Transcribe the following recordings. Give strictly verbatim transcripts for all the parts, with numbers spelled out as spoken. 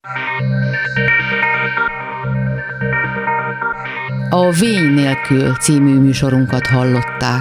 A Vény nélkül című műsorunkat hallották.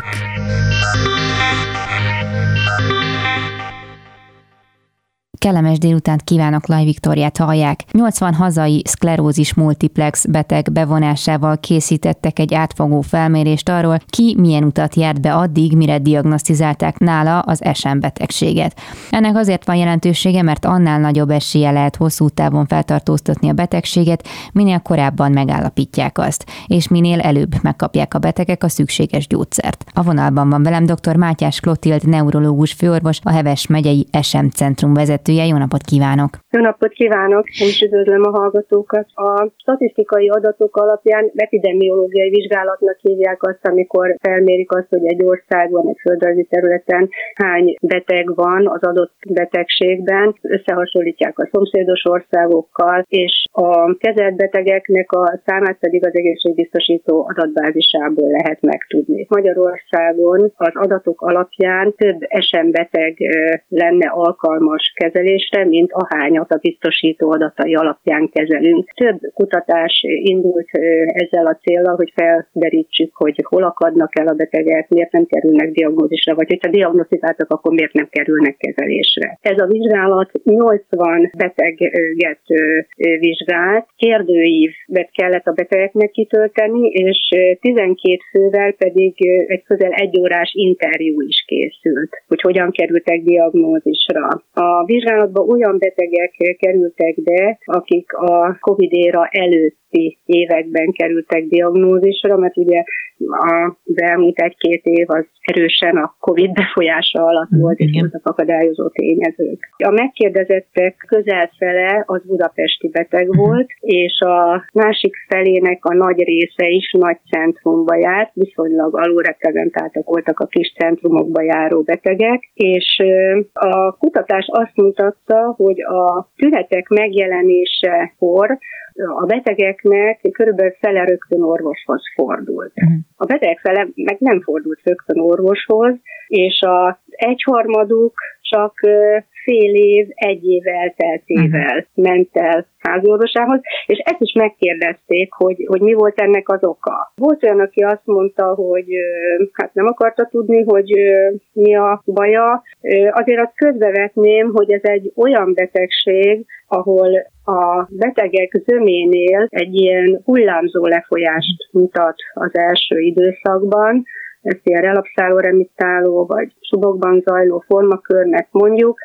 Kellemes délutánt kívánok, Laj Viktóriát hallják. nyolcvan hazai szklerózis multiplex beteg bevonásával készítettek egy átfogó felmérést arról, ki milyen utat járt be addig, mire diagnosztizálták nála az es em betegséget. Ennek azért van jelentősége, mert annál nagyobb esélye lehet hosszú távon feltartóztatni a betegséget, minél korábban megállapítják azt, és minél előbb megkapják a betegek a szükséges gyógyszert. A vonalban van velem dr. Mátyás Klotild, neurológus főorvos, a Heves megyei es em centrum vezetője. Jó napot kívánok! Jó napot kívánok! Én is üdvözlöm a hallgatókat. A statisztikai adatok alapján epidemiológiai vizsgálatnak hívják azt, amikor felmérik azt, hogy egy országban, egy földrajzi területen hány beteg van az adott betegségben, összehasonlítják a szomszédos országokkal, és a kezelt betegeknek a számát pedig az egészségbiztosító adatbázisából lehet megtudni. Magyarországon az adatok alapján több es em beteg lenne alkalmas kezelésre, mint ahányat a biztosító adatai alapján kezelünk. Több kutatás indult ezzel a céllal, hogy felderítsük, hogy hol akadnak el a betegek, miért nem kerülnek diagnózisra, vagy hogyha diagnosztizáltak, akkor miért nem kerülnek kezelésre. Ez a vizsgálat nyolcvan beteget vizsgált, kérdőívet kellett a betegeknek kitölteni, és tizenkét fővel pedig egy közel egy órás interjú is készült, hogy hogyan kerültek diagnózisra. A vizsgálatban olyan betegek kerültek be, akik a Covid-éra előtti években kerültek diagnózisra, mert ugye az elmúlt egy-két év az erősen a Covid befolyása alatt volt, és voltak akadályozó tényezők. A megkérdezettek közel fele az budapesti beteg volt, és a másik felének a nagy része is nagy centrumba járt, viszonylag alulreprezentáltak voltak a kis centrumokba járó betegek, és a kutatás azt mutatta, hogy a tünetek megjelenésekor a betegeknek körülbelül fele rögtön orvoshoz fordult. A betegek fele meg nem fordult rögtön orvoshoz, és az egyharmaduk csak fél év, egy év elteltével ment el háziorvosához, és ezt is megkérdezték, hogy, hogy mi volt ennek az oka. Volt olyan, aki azt mondta, hogy hát nem akarta tudni, hogy mi a baja. Azért azt közbevetném, hogy ez egy olyan betegség, ahol a betegek zöménél egy ilyen hullámzó lefolyást mutat az első időszakban, ezt ilyen relapszáló, remittáló vagy subokban zajló formakörnek mondjuk,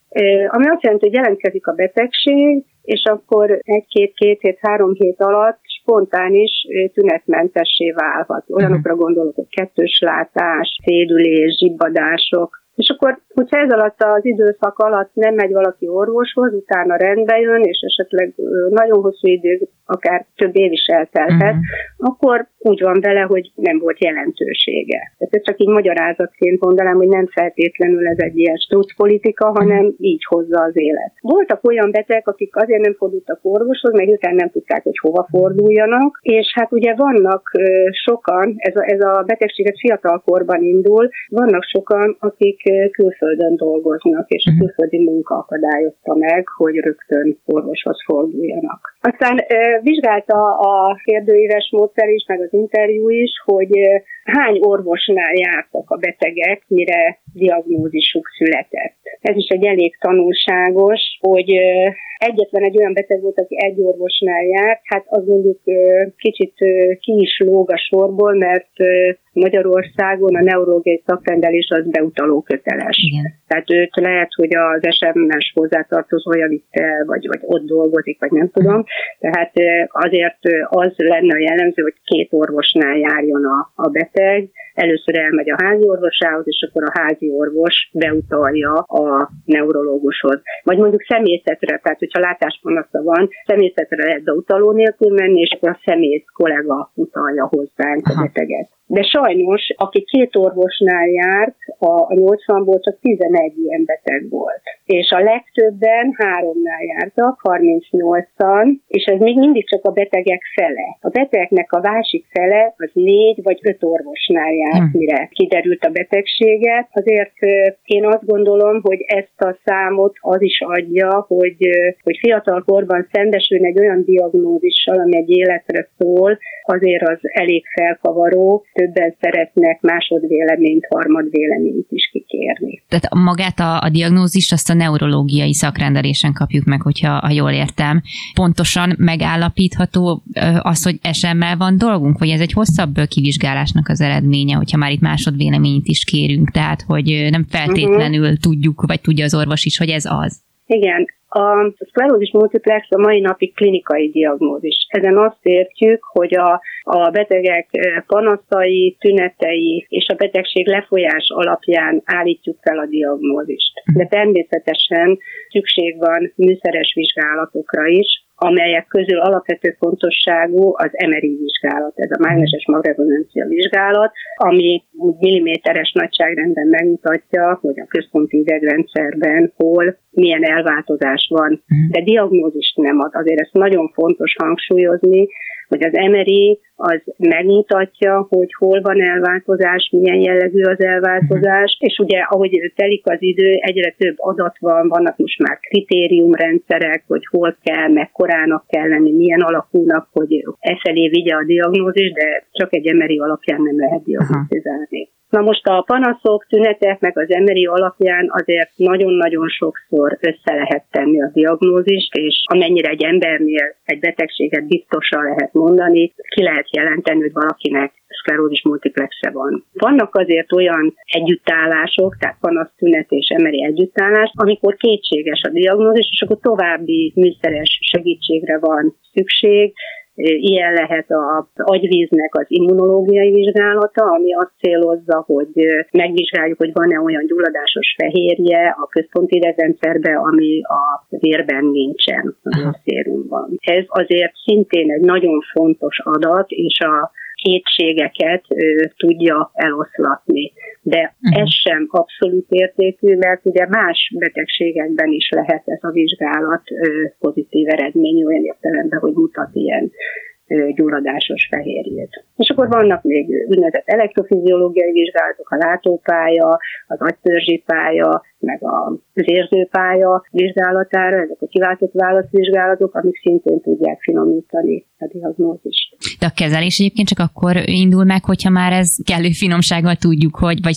ami azt jelenti, hogy jelentkezik a betegség, és akkor egy-két-két hét, három hét alatt spontán is tünetmentessé válhat. Olyanokra gondolok, hogy kettős látás, szédülés, zsibbadások. És akkor, hogyha ez alatt az időszak alatt nem megy valaki orvoshoz, utána rendbe jön, és esetleg nagyon hosszú idő, akár több év is eltelhet, uh-huh. akkor úgy van vele, hogy nem volt jelentősége. Tehát ez csak így magyarázatként mondanám, hogy nem feltétlenül ez egy ilyen struccpolitika, hanem így hozza az élet. Voltak olyan betegek, akik azért nem fordultak orvoshoz, meg utána nem tudták, hogy hova forduljanak, és hát ugye vannak sokan, ez a, ez a betegség ez fiatalkorban indul, vannak sokan, akik külföldön dolgoznak, és a külföldi munka akadályozta meg, hogy rögtön orvoshoz forduljanak. Aztán vizsgálta a kérdőíves módszer is, meg az interjú is, hogy hány orvosnál jártak a betegek, mire diagnózisuk született. Ez is egy elég tanulságos, hogy egyetlen egy olyan beteg volt, aki egy orvosnál járt, hát az mondjuk kicsit ki is lóg a sorból, mert Magyarországon a neurológiai szakrendelés az beutaló köteles. Igen. Tehát őt lehet, hogy az es em-es hozzátartozója vitte, vagy, vagy ott dolgozik, vagy nem tudom. Tehát azért az lenne a jellemző, hogy két orvosnál járjon a, a beteg. Először elmegy a házi orvosához, és akkor a házi orvos beutalja a neurológushoz. Vagy mondjuk szemészetre, tehát hogyha látáspanasza van, szemészetre lehet beutaló nélkül menni, és akkor a szemész kollega utalja hozzánk a beteget. De sajnos, aki két orvosnál járt, a nyolcvanból csak tizenegy ilyen beteg volt. És a legtöbben háromnál jártak, harmincnyolcan, és ez még mindig csak a betegek fele. A betegeknek a másik fele az négy vagy öt orvosnál járt, mire kiderült a betegséget. Azért én azt gondolom, hogy ezt a számot az is adja, hogy, hogy fiatal korban szembesülni egy olyan diagnózissal, ami egy életre szól, azért az elég felkavaró, többen szeretnek másodvéleményt, harmadvéleményt is kikérni. Tehát magát a, a diagnózist azt a neurológiai szakrendelésen kapjuk meg, hogyha ha jól értem. Pontosan megállapítható az, hogy es em-mel van dolgunk, vagy ez egy hosszabb kivizsgálásnak az eredménye, hogyha már itt másodvéleményt is kérünk, tehát hogy nem feltétlenül uh-huh. tudjuk, vagy tudja az orvos is, hogy ez az. Igen. A szklerózis multiplex a mai napig klinikai diagnózis. Ezen azt értjük, hogy a, a betegek panaszai, tünetei és a betegség lefolyás alapján állítjuk fel a diagnózist. De természetesen szükség van műszeres vizsgálatokra is, amelyek közül alapvető fontosságú az em er i vizsgálat, ez a mágneses magrezonancia vizsgálat, ami milliméteres nagyságrendben megmutatja, hogy a központi idegrendszerben hol milyen elváltozás van, de diagnózist nem ad. Azért ezt nagyon fontos hangsúlyozni, hogy az em er i az megmutatja, hogy hol van elváltozás, milyen jellegű az elváltozás, és ugye ahogy telik az idő, egyre több adat van, vannak most már kritériumrendszerek, hogy hol kell, mekkorának kell lenni, milyen alakúnak, hogy e felé vigye a diagnózis, de csak egy em er i alapján nem lehet diagnosztizálni. Na most a panaszok, tünetek meg az em er i alapján azért nagyon-nagyon sokszor össze lehet tenni a diagnózist, és amennyire egy embernél egy betegséget biztosan lehet mondani, ki lehet jelenteni, hogy valakinek szklerózis multiplexe van. Vannak azért olyan együttállások, tehát panasz, tünet és em er i együttállás, amikor kétséges a diagnózis, és akkor további műszeres segítségre van szükség. Ilyen lehet az agyvíznek az immunológiai vizsgálata, ami azt célozza, hogy megvizsgáljuk, hogy van-e olyan gyulladásos fehérje a központi idegrendszerben, ami a vérben nincsen, a vérszérumban. Ez azért szintén egy nagyon fontos adat, és a kétségeket ö, tudja eloszlatni. De uh-huh. ez sem abszolút értékű, mert ugye más betegségekben is lehet ez a vizsgálat ö, pozitív eredmény, olyan értelemben, hogy mutat ilyen ö, gyulladásos fehérjét. És akkor vannak még úgynevezett elektrofiziológiai vizsgálatok, a látópálya, az agytörzsi pálya, meg az érzőpálya vizsgálatára, ezek a kiváltott válaszvizsgálatok, amik szintén tudják finomítani a diagnózist. De a kezelés egyébként csak akkor indul meg, hogyha már ez kellő finomsággal tudjuk, hogy, vagy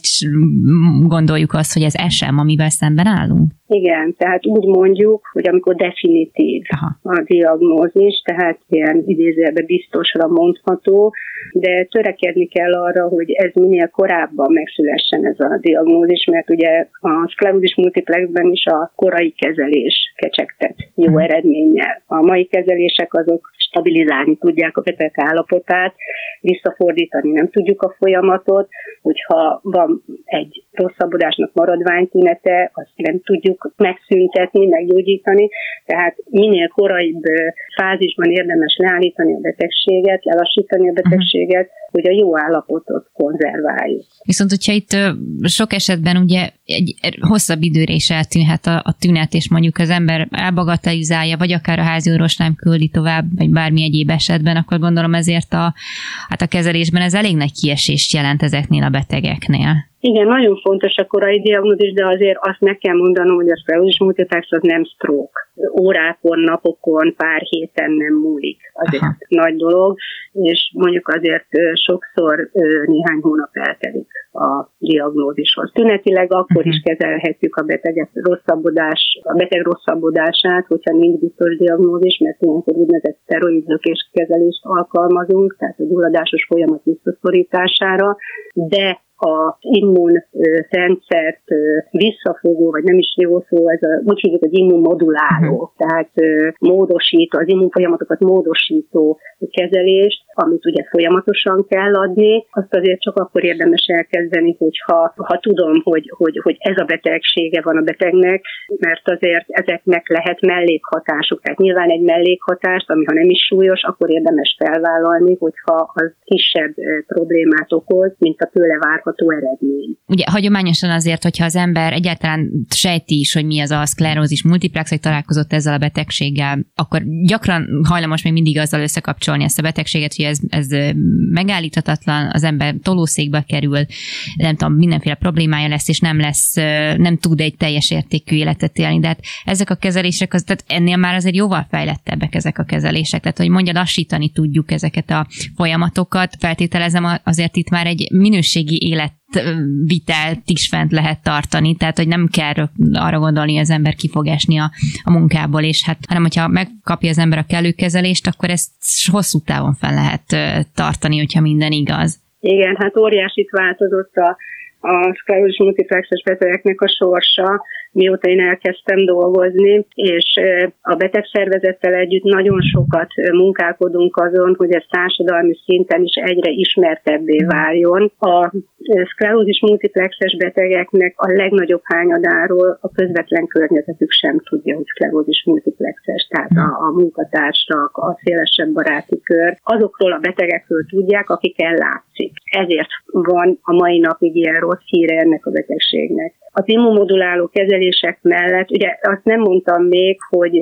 gondoljuk azt, hogy ez es em, amivel szemben állunk? Igen, tehát úgy mondjuk, hogy amikor definitív Aha. a diagnózis, tehát ilyen idézőjelben biztosra mondható, de törekedni kell arra, hogy ez minél korábban megszülessen ez a diagnózis, mert ugye a szklerózis multiplexben is a korai kezelés kecsegtet jó uh-huh. eredménnyel. A mai kezelések azok stabilizálni tudják a beteg állapotát, visszafordítani nem tudjuk a folyamatot, hogyha van egy rosszabbodásnak maradványtünete, azt nem tudjuk megszüntetni, meggyógyítani, tehát minél koraibb fázisban érdemes leállítani a betegséget, lelassítani a betegséget, hogy a jó állapotot konzerváljuk. Viszont, hogyha itt sok esetben ugye egy hosszabb időre is eltűnhet a, a tünet, és mondjuk az ember elbagatelizálja, vagy akár a háziorvos nem küldi tovább, vagy bármi egyéb esetben, akkor gondolom ezért a, hát a kezelésben ez elég nagy kiesést jelent ezeknél a betegeknél. Igen, nagyon fontos a korai diagnózis, de azért azt meg kell mondanom, hogy a szklerózis multiplex az nem stroke. Órákon, napokon, pár héten nem múlik. Azért Aha. nagy dolog, és mondjuk azért sokszor néhány hónap eltelik a diagnózishoz. Tünetileg akkor uh-huh. is kezelhetjük a betegek rosszabbodás, a beteg rosszabbodását, hogyha nincs biztos diagnózis, mert ilyenkor úgynevezett szteroidzökés kezelést alkalmazunk, tehát a gyulladásos folyamat visszaszorítására, de az immunrendszert visszafogó, vagy nem is jó szó, ez a, úgy hívjuk, hogy immunmoduláló, uh-huh. tehát módosító, az immunfolyamatokat módosító kezelést, amit ugye folyamatosan kell adni, azt azért csak akkor érdemes elkezdeni, kezdeni, hogyha ha tudom, hogy, hogy, hogy ez a betegsége van a betegnek, mert azért ezeknek lehet mellékhatásuk. Tehát nyilván egy mellékhatást, ami ha nem is súlyos, akkor érdemes felvállalni, hogyha az kisebb problémát okoz, mint a tőle várható eredmény. Ugye hagyományosan azért, hogyha az ember egyáltalán sejti is, hogy mi az a szklerózis multiplex, vagy találkozott ezzel a betegséggel, akkor gyakran hajlamos még mindig azzal összekapcsolni ezt a betegséget, hogy ez, ez megállíthatatlan, az ember tolószékbe kerül, nem tudom, mindenféle problémája lesz, és nem lesz, nem tud egy teljes értékű életet élni. De hát ezek a kezelések, az, tehát ennél már azért jóval fejlettebbek ezek a kezelések. Tehát, hogy mondja, lassítani tudjuk ezeket a folyamatokat. Feltételezem, azért itt már egy minőségi élet vitelt is fent lehet tartani, tehát hogy nem kell arra gondolni, hogy az ember ki fog esni a, a munkából, és hát, hanem hogyha megkapja az ember a kellő kezelést, akkor ezt hosszú távon fenn lehet tartani, hogyha minden igaz. Igen, hát óriásit változott a, a szklerózis multiplexes betegeknek a sorsa, mióta én elkezdtem dolgozni, és a betegszervezettel együtt nagyon sokat munkálkodunk azon, hogy ez társadalmi szinten is egyre ismertebbé váljon. A szklerózis multiplexes betegeknek a legnagyobb hányadáról a közvetlen környezetük sem tudja, hogy szklerózis multiplexes, tehát a, a munkatársak, a szélesebb baráti kör, azokról a betegekről tudják, akikkel látszik. Ezért van a mai napig ilyen rossz híre ennek a betegségnek. Az immunmoduláló kezelések mellett, ugye azt nem mondtam még, hogy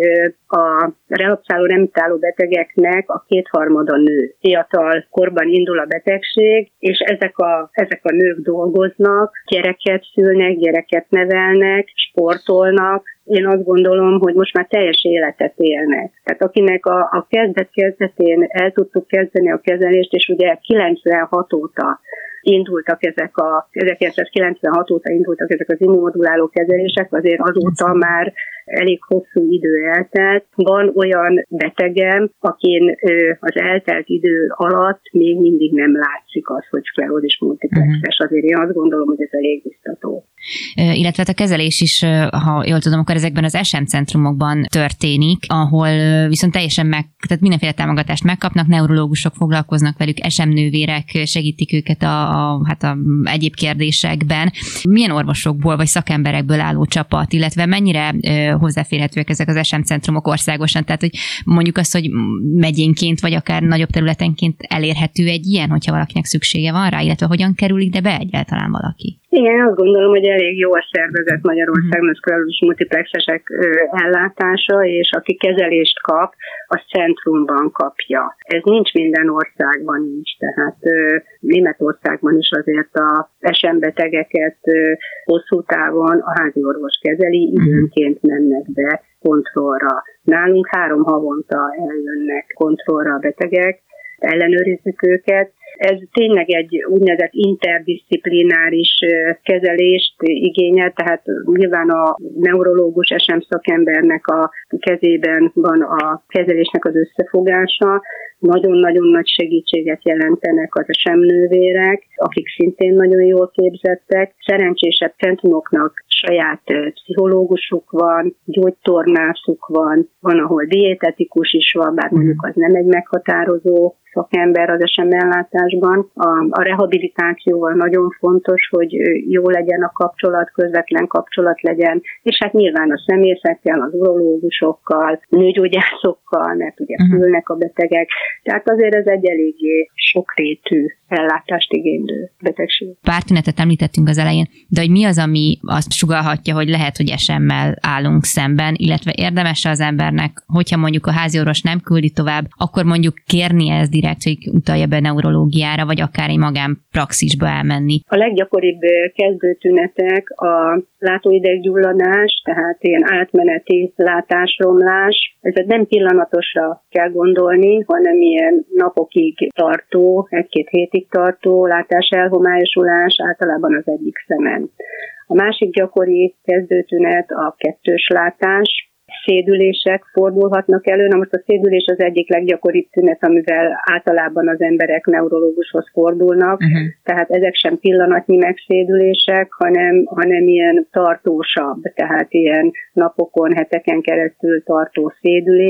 a relapszáló remitáló betegeknek a kétharmada nő. Fiatal korban indul a betegség, és ezek a, ezek a nők dolgoznak, gyereket szülnek, gyereket nevelnek, sportolnak. Én azt gondolom, hogy most már teljes életet élnek. Tehát akinek a, a kezdet-kezdetén el tudtuk kezdeni a kezelést, és ugye kilencvenhat óta indultak ezek a, ezerkilencszázkilencvenhat óta indultak ezek az immunmoduláló kezelések, azért azóta már elég hosszú idő eltelt. Van olyan betegem, akin az eltelt idő alatt még mindig nem látszik az, hogy szklerózis multiplexes. Azért én azt gondolom, hogy ez elég biztató. Illetve a kezelés is, ha jól tudom, akkor ezekben az es em centrumokban történik, ahol viszont teljesen meg, tehát mindenféle támogatást megkapnak, neurológusok foglalkoznak velük, es em nővérek segítik őket a, a, hát a egyéb kérdésekben. Milyen orvosokból vagy szakemberekből álló csapat, illetve mennyire hozzáférhetőek ezek az es em centrumok országosan? Tehát, hogy mondjuk azt, hogy megyénként vagy akár nagyobb területenként elérhető egy ilyen, hogyha valakinek szüksége van rá, illetve hogyan kerül ide be egyáltalán valaki? Igen, azt gondolom, hogy elég jól szervezett Magyarországon a szklerózis multiplexesek ellátása, és aki kezelést kap, az centrumban kapja. Ez nincs minden országban, nincs. Tehát Németországban is azért a es em betegeket hosszú távon a házi orvos kezeli, időnként mennek be kontrollra. Nálunk három havonta eljönnek kontrollra a betegek, ellenőrizzük őket. Ez tényleg egy úgynevezett interdisziplináris kezelést igényel, tehát nyilván a neurológus es em szakembernek a kezében van a kezelésnek az összefogása. Nagyon-nagyon nagy segítséget jelentenek az es em nővérek, akik szintén nagyon jól képzettek. Szerencsésebb centrumoknak saját pszichológusuk van, gyógytornászuk van, van, ahol diétetikus is van, bár mondjuk az nem egy meghatározó szakember az es em ellátásban. A, a rehabilitációval nagyon fontos, hogy jó legyen a kapcsolat, közvetlen kapcsolat legyen, és hát nyilván a személyzettel, az urológusokkal, nőgyógyászokkal, mert ugye fülnek a betegek. Tehát azért ez egy eléggé sokrétű ellátást igénylő betegség. Pár tünetet említettünk az elején, de hogy mi az, ami azt sugallhatja, hogy lehet, hogy es emmel állunk szemben, illetve érdemes az embernek, hogyha mondjuk a háziorvos nem küldi tovább, akkor mondjuk kérni ez direkt, hogy utalja be neurológiára, vagy akár egy magánpraxisba elmenni. A leggyakoribb kezdőtünetek a látóideggyulladás, tehát ilyen átmeneti látásromlás. Ez nem pillanatosra kell gondolni, hanem ilyen napokig tartó, egy-két hétig tartó látáselhomályosulás általában az egyik szemen. A másik gyakori kezdőtünet a kettős látás. Szédülések fordulhatnak elő. Na most a szédülés az egyik leggyakoribb tünet, amivel általában az emberek neurológushoz fordulnak. Uh-huh. Tehát ezek sem pillanatnyi megszédülések, hanem, hanem ilyen tartósabb, tehát ilyen napokon, heteken keresztül tartó szédülés.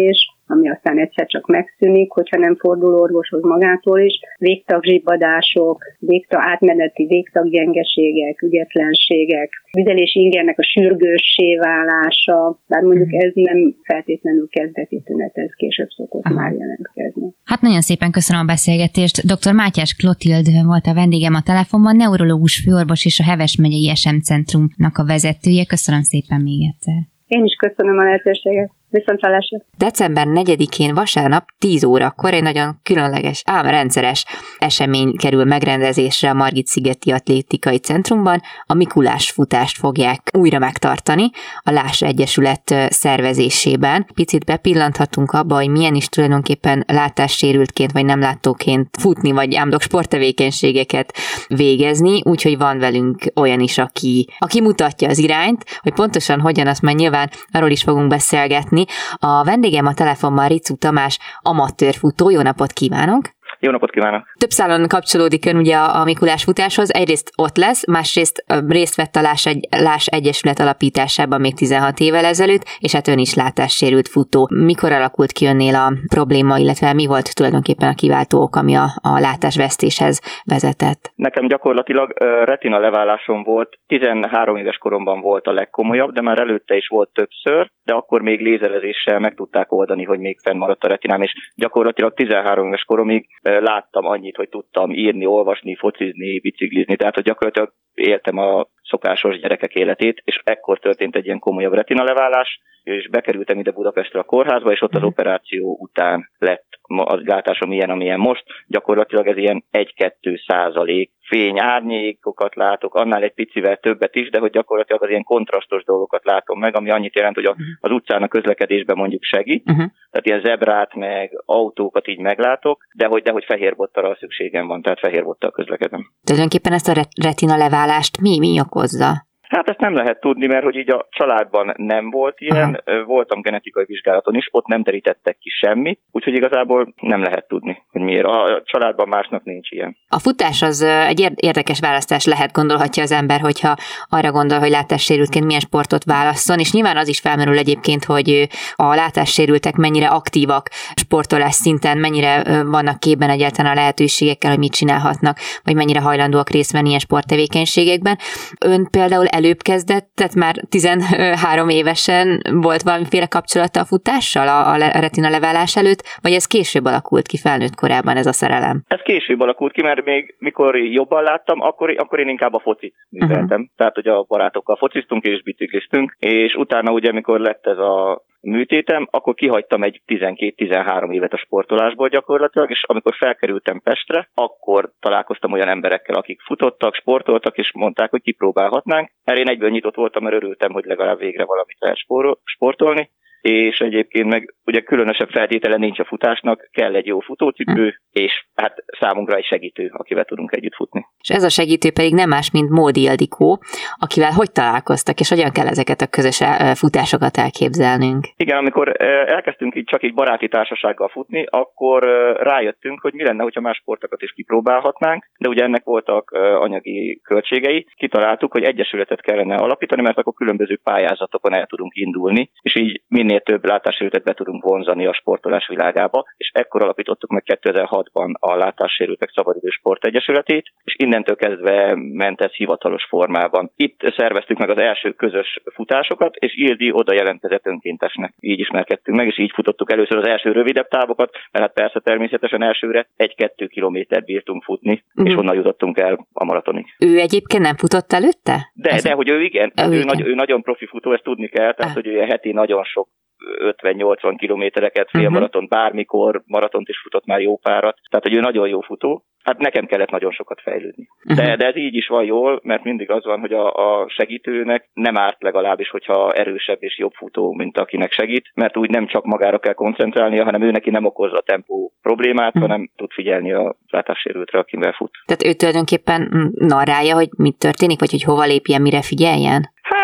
ami aztán egyszer csak megszűnik, hogyha nem fordul orvoshoz magától is. Végtagzsibbadások, végtag, átmeneti végtaggyengeségek, ügyetlenségek, vizelési ingernek a sürgőssé válása, bár mondjuk ez nem feltétlenül kezdeti tünet, ez később szokott Aha. már jelentkezni. Hát nagyon szépen köszönöm a beszélgetést. dr. Mátyás Klotild volt a vendégem a telefonban, neurológus főorvos és a Heves megyei es em centrumnak a vezetője. Köszönöm szépen még egyszer. Én is köszönöm a lehetőséget. Viszontlátásra. december negyedikén vasárnap tíz órakor egy nagyon különleges, ám rendszeres esemény kerül megrendezésre a Margit-szigeti Atlétikai Centrumban. A Mikulás futást fogják újra megtartani a Láss Egyesület szervezésében. Picit bepillanthatunk abba, hogy milyen is tulajdonképpen látássérültként vagy nem látóként futni, vagy ámdok sporttevékenységeket végezni, úgyhogy van velünk olyan is, aki, aki mutatja az irányt, hogy pontosan hogyan, azt már nyilván arról is fogunk beszélgetni. A vendégem a telefonban Ricú Tamás, amatőr futó. Jó napot kívánok! Jó napot kívánok! Több szálon kapcsolódik ön ugye a Mikulás futáshoz. Egyrészt ott lesz, másrészt részt vett a Láss, egy, Láss Egyesület alapításában még tizenhat évvel ezelőtt, és hát ön is látássérült futó. Mikor alakult ki önnél a probléma, illetve mi volt tulajdonképpen a kiváltó ok, ami a, a látásvesztéshez vezetett? Nekem gyakorlatilag uh, retina leválásom volt, tizenhárom éves koromban volt a legkomolyabb, de már előtte is volt többször, de akkor még lézerezéssel meg tudták oldani, hogy még fennmaradt a retinám, és gyakorlatilag tizenhárom éves koromig láttam annyit, hogy tudtam írni, olvasni, focizni, biciklizni, tehát hogy gyakorlatilag éltem a szokásos gyerekek életét, és ekkor történt egy ilyen komolyabb retinaleválás, és bekerültem ide Budapestre a kórházba, és ott az operáció után lett a látásom ilyen, amilyen most. Gyakorlatilag ez ilyen egy-kettő százalék fény, árnyékokat látok, annál egy picivel többet is, de hogy gyakorlatilag az ilyen kontrasztos dolgokat látom meg, ami annyit jelent, hogy a, az utcán a közlekedésben mondjuk segít, uh-huh. tehát ilyen zebrát meg autókat így meglátok, de hogy, de hogy fehérbottal szükségem van, tehát fehérbottal közlekedem. Tulajdonképpen ezt a retina leválást mi, mi okozza? Hát ezt nem lehet tudni, mert hogy így a családban nem volt ilyen, Aha. voltam genetikai vizsgálaton is, ott nem derítettek ki semmit, úgyhogy igazából nem lehet tudni, hogy miért. A családban másnak nincs ilyen. A futás az egy érdekes választás lehet, gondolhatja az ember, hogyha arra gondol, hogy látássérültként milyen sportot válasszon, és nyilván az is felmerül egyébként, hogy a látássérültek mennyire aktívak sportolás szinten, mennyire vannak képben egyáltalán a lehetőségekkel, hogy mit csinálhatnak, vagy mennyire hajlandóak részt venni ilyen sporttevékenységekben. Ön például előbb kezdett, tehát már tizenhárom évesen volt valamiféle kapcsolata a futással a, a retina leválás előtt, vagy ez később alakult ki felnőtt korában ez a szerelem? Ez később alakult ki, mert még mikor jobban láttam, akkor, akkor én inkább a focit műveltem. Uh-huh. Tehát, hogy a barátokkal fociztunk és bicikliztünk, és utána ugye, amikor lett ez a műtétem, akkor kihagytam egy tizenkét-tizenhárom évet a sportolásból gyakorlatilag, és amikor felkerültem Pestre, akkor találkoztam olyan emberekkel, akik futottak, sportoltak, és mondták, hogy kipróbálhatnánk. Mert én egyből nyitott voltam, mert örültem, hogy legalább végre valamit lehet sportolni, és egyébként meg ugye különösebb feltétele nincs a futásnak, kell egy jó futócipő, hm. és hát számunkra egy segítő, akivel tudunk együtt futni. És ez a segítő pedig nem más, mint Módi Ildikó, akivel hogy találkoztak, és hogyan kell ezeket a közös futásokat elképzelnünk? Igen, amikor elkezdtünk így csak így baráti társasággal futni, akkor rájöttünk, hogy mi lenne, hogyha más sportokat is kipróbálhatnánk, de ugye ennek voltak anyagi költségei. Kitaláltuk, hogy egyesületet kellene alapítani, mert akkor különböző pályázatokon el tudunk indulni, és így minél több látássérültet be tudunk vonzani a sportolás világába, és ekkor alapítottuk meg kétezer-hatban a Látássérültek Szabadidő Sportegyesületét, és innentől kezdve ment ez hivatalos formában. Itt szerveztük meg az első közös futásokat, és Ildi oda jelentkezett önkéntesnek. Így ismerkedtünk meg, és így futottuk először az első rövidebb távokat, mert hát persze természetesen elsőre egy-kettő kilométert bírtunk futni, uh-huh. és onnan jutottunk el a maratonig. Ő egyébként nem futott előtte? De, Ez de hogy ő igen, ő, ő, igen. Nagy, ő nagyon profi futó, ezt tudni kell, tehát hogy ő heti nagyon sok ötven-nyolcvan kilométereket, félmaraton, uh-huh. bármikor, maratont is futott már jó párat, tehát hogy ő nagyon jó futó. Hát nekem kellett nagyon sokat fejlődni. Uh-huh. De, de ez így is van jól, mert mindig az van, hogy a, a segítőnek nem árt legalábbis, hogyha erősebb és jobb futó, mint akinek segít, mert úgy nem csak magára kell koncentrálnia, hanem ő neki nem okoz a tempó problémát, uh-huh. hanem tud figyelni a látássérültre, akivel fut. Tehát ő tulajdonképpen narrálja, hogy mit történik, vagy hogy hova lépjen, mire figyeljen? Hát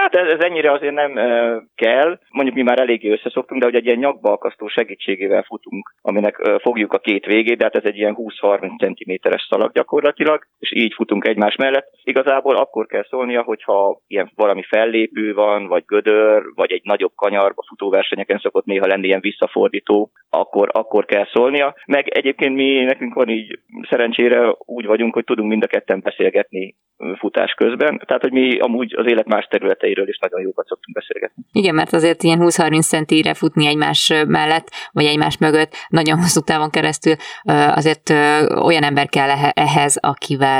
Hát ez, ez ennyire azért nem e, kell, mondjuk mi már eléggé összeszoktunk, de hogy egy ilyen nyakbalkasztó segítségével futunk, aminek e, fogjuk a két végét, de hát ez egy ilyen húsz-harminc centiméteres szalag gyakorlatilag, és így futunk egymás mellett. Igazából akkor kell szólnia, hogyha ilyen valami fellépő van, vagy gödör, vagy egy nagyobb kanyarba futóversenyeken szokott néha lenni ilyen visszafordító, akkor, akkor kell szólnia. Meg egyébként mi nekünk van így szerencsére úgy vagyunk, hogy tudunk mind a ketten beszélgetni futás közben, tehát hogy mi amúgy az élet más területeiről is nagyon jókat szoktunk beszélgetni. Igen, mert azért ilyen húsz-harminc centire futni egymás mellett, vagy egymás mögött nagyon hosszú távon keresztül, azért olyan ember kell ehhez, akivel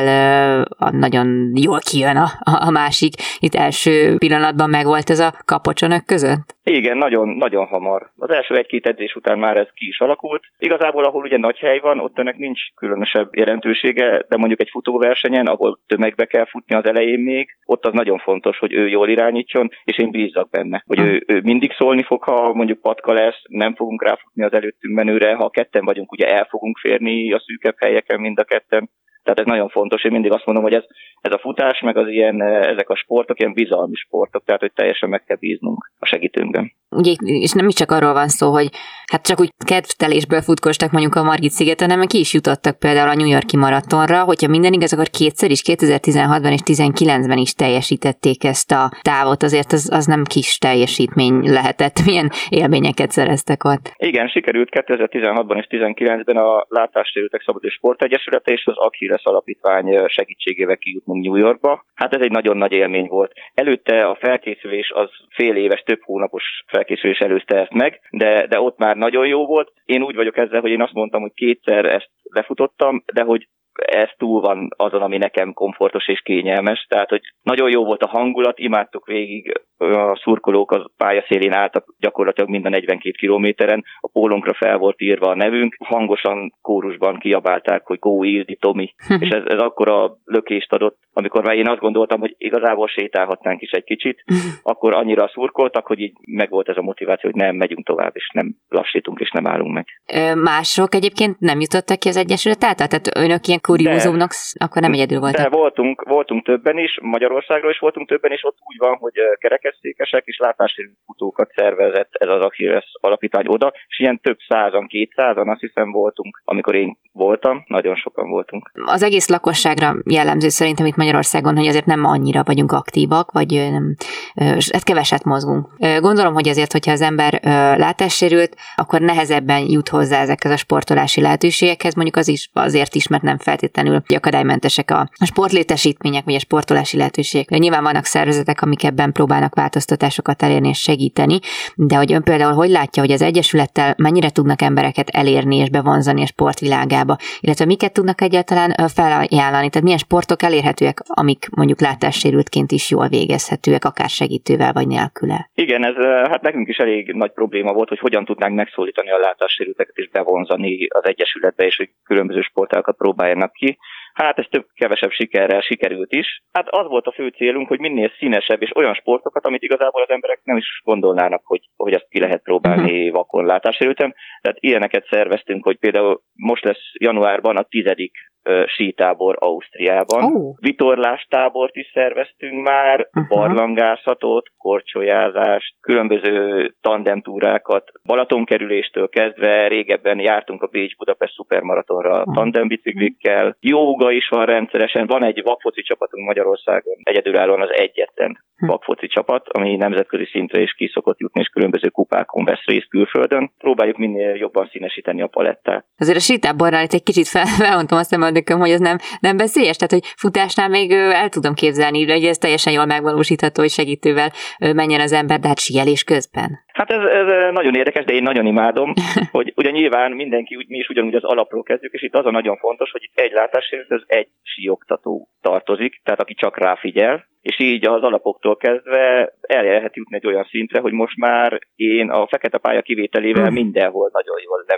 nagyon jól kijön a, a másik. Itt első pillanatban megvolt ez a kapocs önök között? Igen, nagyon, nagyon hamar. Az első egy-két edzés után már ez ki is alakult. Igazából, ahol ugye nagy hely van, ott ennek nincs különösebb jelentősége, de mondjuk egy futóversenyen, ahol tömegbe kell futni az elején még, ott az nagyon fontos, hogy ő jól irányítson, és én bízzak benne, hogy ő, ő mindig szólni fog, ha mondjuk patka lesz, nem fogunk ráfutni az előttünk menőre, ha ketten vagyunk, ugye el fogunk férni a szűkebb helyeken mind a ketten. Tehát ez nagyon fontos, én mindig azt mondom, hogy ez, ez a futás, meg az ilyen, ezek a sportok, ilyen bizalmi sportok, tehát hogy teljesen meg kell bíznunk a segítőnkben. Ugye, és nem is csak arról van szó, hogy hát csak úgy kedvtelésből futkostak mondjuk a Margit-szigeten, hanem ki is jutottak például a New York-i maratonra, hogyha minden igaz, akkor kétszer is, kétezer-tizenhatban és tizenkilencben is teljesítették ezt a távot, azért az, az nem kis teljesítmény lehetett. Milyen élményeket szereztek ott? Igen, sikerült kétezer-tizenhatban és tizenkilencben a Látássérültek Szabadidős Sportegyesülete és az Achilles Alapítvány segítségével kijutnunk New Yorkba. Hát ez egy nagyon nagy élmény volt. Előtte a felkészülés az fél éves, több hónapos felkészülés előzte ezt meg, de, de ott már nagyon jó volt. Én úgy vagyok ezzel, hogy én azt mondtam, hogy kétszer ezt lefutottam, de hogy ez túl van azon, ami nekem komfortos és kényelmes. Tehát, hogy nagyon jó volt a hangulat, imádtuk végig, a szurkolók a pályaszélén álltak gyakorlatilag minden negyvenkét kilométeren, a pólónkra fel volt írva a nevünk, hangosan kórusban kiabálták, hogy Go Ildi Tomi, és ez, ez akkora lökést adott, amikor már én azt gondoltam, hogy igazából sétálhatnánk is egy kicsit, akkor annyira szurkoltak, hogy így megvolt ez a motiváció, hogy nem megyünk tovább, és nem lassítunk, és nem állunk meg. Mások egyébként nem jutottak ki az Egyesület által? Tehát önök ilyen kuriózumnak, akkor nem egyedül voltak? De voltunk, voltunk többen is, Magyarországról is voltunk többen, és ott úgy van, hogy kerekesszékesek és látássérült futókat szervezett ez az Achilles Alapítvány oda, és ilyen több százan, kétszázan azt hiszem voltunk, amikor én voltam, nagyon sokan voltunk. Az egész lakosságra jellemző szerintem itt Magyarországon, hogy azért nem annyira vagyunk aktívak, vagy nem, hát keveset mozgunk. Gondolom, hogy azért, hogyha az ember látássérült, akkor nehezebben jut hozzá ezekhez a sportolási lehetőségekhez, mondjuk az is azért is, mert nem feltétlenül akadálymentesek a sportlétesítmények, vagy a sportolási lehetőségek. Nyilván vannak szervezetek, amik ebben próbálnak változtatásokat elérni és segíteni, de hogy ön például hogy látja, hogy az Egyesülettel mennyire tudnak embereket elérni és bevonzani a sportvilágába, illetve miket tudnak egyáltalán felajánlani, tehát milyen sportok elérhetőek, amik mondjuk látássérültként is jól végezhetőek, akár segítővel vagy nélküle. Igen, ez hát nekünk is elég nagy probléma volt, hogy hogyan tudnánk megszólítani a látássérülteket és bevonzani az Egyesületbe, és hogy különböző sportákat próbáljanak ki. Hát ez több-kevesebb sikerrel sikerült is. Hát az volt a fő célunk, hogy minél színesebb és olyan sportokat, amit igazából az emberek nem is gondolnának, hogy, hogy ezt ki lehet próbálni uh-huh. vakon látássérülten. Tehát ilyeneket szerveztünk, hogy például most lesz januárban a tizedik uh, sítábor Ausztriában. Oh. Vitorlástábort is szerveztünk már, uh-huh. barlangászatot, korcsolyázást, különböző tandemtúrákat, Balatonkerüléstől kezdve régebben jártunk a Bécs-Budapest szupermaratonra uh-huh. tandembiciklikkel, jóga is van rendszeresen, van egy vakfoci csapatunk Magyarországon, egyedülállóan az egyetlen vakfoci csapat, ami nemzetközi szintre is ki szokott jutni, és különböző kupákon vesz részt külföldön. Próbáljuk minél jobban színesíteni a palettát. Azért a sítáborral itt egy kicsit fel, felmondtam azt szemöldököm, hogy ez nem, nem veszélyes, tehát hogy futásnál még el tudom képzelni, hogy ez teljesen jól megvalósítható, hogy segítővel menjen az ember, de hát síelés közben. Hát ez, ez nagyon érdekes, de én nagyon imádom, hogy ugye nyilván mindenki, mi is ugyanúgy az alapról kezdjük, és itt az a nagyon fontos, hogy itt egy látássérült, ez egy síoktató tartozik, tehát aki csak ráfigyel, és így az alapoktól kezdve el lehet jutni egy olyan szintre, hogy most már én a fekete pálya kivételével mindenhol nagyon jól lemegyek.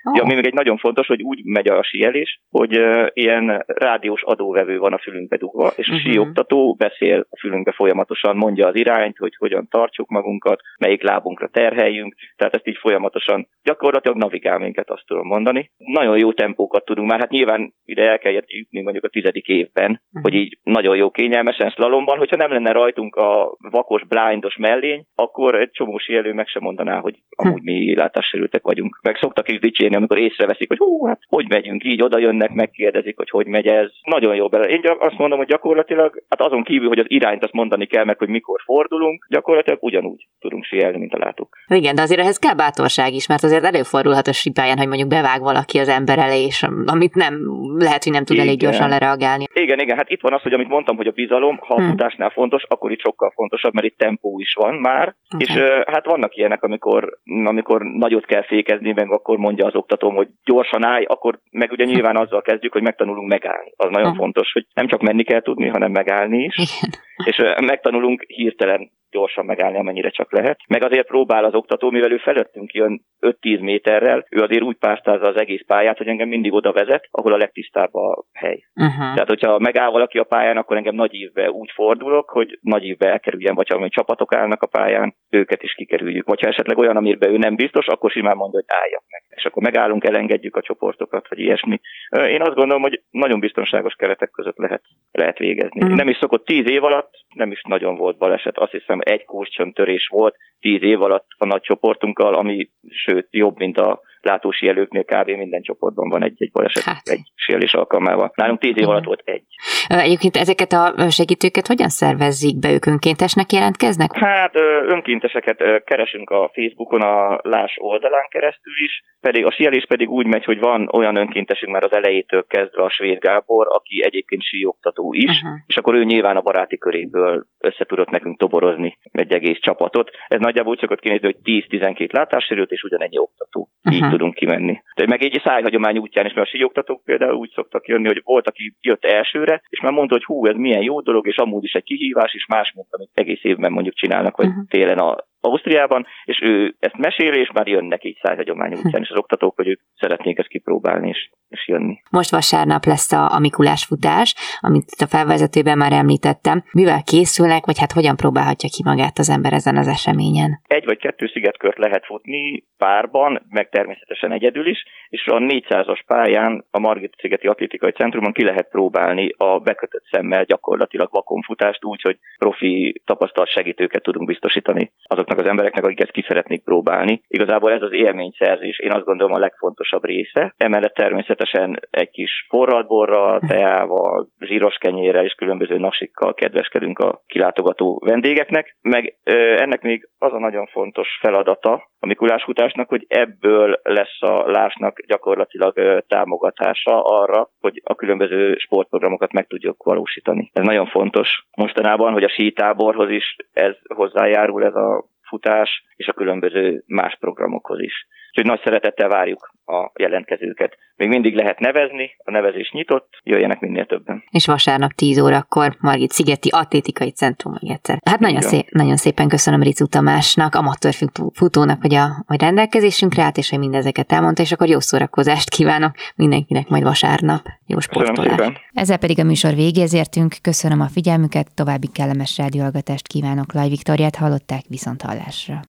Oh. Ja, még egy nagyon fontos, hogy úgy megy a síelés, hogy uh, ilyen rádiós adóvevő van a fülünkbe dugva, és uh-huh. a síoktató beszél a fülünkbe folyamatosan, mondja az irányt, hogy hogyan tartsuk magunkat, melyik lábunkra terheljünk, tehát ezt így folyamatosan gyakorlatilag navigál minket, azt tudom mondani. Nagyon jó tempókat tudunk már, hát nyilván ide el kell jutni mondjuk a tizedik évben, uh-huh. hogy így nagyon jó kényelmesen szlalomban, hogyha nem lenne rajtunk a vakos, blindos mellény, akkor egy csomó síelő meg sem mondaná, hogy amúgy mi látássérültek vagyunk. Meg szoktak is dicsérni, amikor észreveszik, hogy hú, hát hogy megyünk, így oda jönnek, megkérdezik, hogy hogy megy ez. Nagyon jó bele. Én azt mondom, hogy gyakorlatilag, hát azon kívül, hogy az irányt azt mondani kell meg, hogy mikor fordulunk, gyakorlatilag ugyanúgy tudunk síelni, mint a látók. Igen, de azért ehhez kell bátorság is, mert azért előfordulhat a sípályán, hogy mondjuk bevág valaki az ember elé, és amit nem lehet, hogy nem tud igen. elég gyorsan lereagálni. Igen, igen, hát itt van az, hogy amit mondtam, hogy a bizalom, ha a futásnál fontos, akkor itt sokkal fontosabb, mert itt tempó is van már, okay. és uh, hát vannak ilyenek, amikor, amikor nagyot kell fékezni, meg akkor mondja az oktatóm, hogy gyorsan állj, akkor meg ugye nyilván azzal kezdjük, hogy megtanulunk megállni. Az nagyon uh. fontos, hogy nem csak menni kell tudni, hanem megállni is, igen. és uh, megtanulunk hirtelen gyorsan megállni, amennyire csak lehet. Meg azért próbál az oktató, mivel ő felettünk jön öt-tíz méterrel, ő azért úgy pásztázza az egész pályát, hogy engem mindig oda vezet, ahol a legtisztább a hely. Uh-huh. Tehát, hogyha megáll valaki a pályán, akkor engem nagy ívbe úgy fordulok, hogy nagy ívbe elkerüljen, vagy ha valami csapatok állnak a pályán, őket is kikerüljük. Vagy ha esetleg olyan, amiben ő nem biztos, akkor simán mondja, hogy álljak meg. És akkor megállunk, elengedjük a csoportokat, vagy ilyesmi. Én azt gondolom, hogy nagyon biztonságos keretek között lehet, lehet végezni. Uh-huh. Nem is szokott tíz év alatt, nem is nagyon volt baleset. Azt hiszem, egy kurcsontörés volt tíz év alatt a nagy csoportunkkal, ami sőt jobb, mint a látósíelőknél, kb. Minden csoportban van egy-egy baleset, hát. egy síelés alkalmával. Nálunk tíz év alatt volt egy. Egyébként ezeket a segítőket hogyan szervezzék be? Ők önkéntesnek jelentkeznek? Hát önkénteseket keresünk a Facebookon, a Lás oldalán keresztül is, pedig a síelés pedig úgy megy, hogy van olyan önkéntesünk már az elejétől kezdve, a Svéd Gábor, aki egyébként síoktató is, uh-huh. és akkor ő nyilván a baráti köréből össze tudott nekünk toborozni egy egész csapatot. Ez nagyjából úgy szokott kinézni, hogy tíz-tizenkét látássérült és ugyanennyi oktató. Uh-huh. Így tudunk kimenni. De meg egy szájhagyomány útján is, mert a síoktatók például úgy szoktak jönni, hogy volt, aki jött elsőre, és már mondta, hogy hú, ez milyen jó dolog, és amúgy is egy kihívás, és más, mint amit egész évben mondjuk csinálnak, vagy uh-huh. télen a Ausztriában, és ő ezt meséli, és már jönnek így szájhagyomány útján, és az oktatók, hogy ők szeretnék ezt kipróbálni, és, és jönni. Most vasárnap lesz a, a Mikulás futás, amit a felvezetőben már említettem. Mivel készülnek, vagy hát hogyan próbálhatja ki magát az ember ezen az eseményen? Egy vagy kettő szigetkört lehet futni párban, meg természetesen egyedül is, és a négyszázas pályán a Margit-szigeti Atlétikai Centrumon ki lehet próbálni a bekötött szemmel gyakorlatilag vakonfutást, úgy, hogy profi tapasztalt segítőket tudunk biztosítani azoknak az embereknek, akik ezt ki szeretnék próbálni. Igazából ez az élményszerzés, én azt gondolom a legfontosabb része. Emellett természetesen egy kis forradborral, teával, zsíros kenyérrel és különböző nasikkal kedveskedünk a kilátogató vendégeknek. Meg ö, ennek még az a nagyon fontos feladata a Mikulás futásnak, hogy ebből lesz a Lásnak gyakorlatilag ö, támogatása arra, hogy a különböző sportprogramokat meg tudjuk valósítani. Ez nagyon fontos mostanában, hogy a sítáborhoz is ez hozzájárul, ez a futás, és a különböző más programokhoz is. Úgyhogy nagy szeretettel várjuk a jelentkezőket. Még mindig lehet nevezni, a nevezés nyitott, jöjjenek minél többen. És vasárnap tíz órakor Margit-szigeti Atlétikai Centrum még egyszer. Hát nagyon, szép, nagyon szépen köszönöm Ricú Tamásnak, amatőr futónak, hogy a hogy rendelkezésünkre állt, és hogy mindezeket elmondta, és akkor jó szórakozást kívánok mindenkinek majd vasárnap. Jó sportolást. Ezzel pedig a műsor végéhez értünk. Köszönöm a figyelmüket, további kellemes rádióhallgatást kívánok. Laj Viktóriát hallották, viszont hallásra.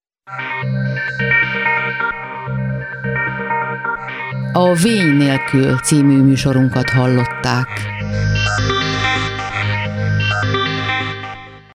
A Vény nélkül című műsorunkat hallották.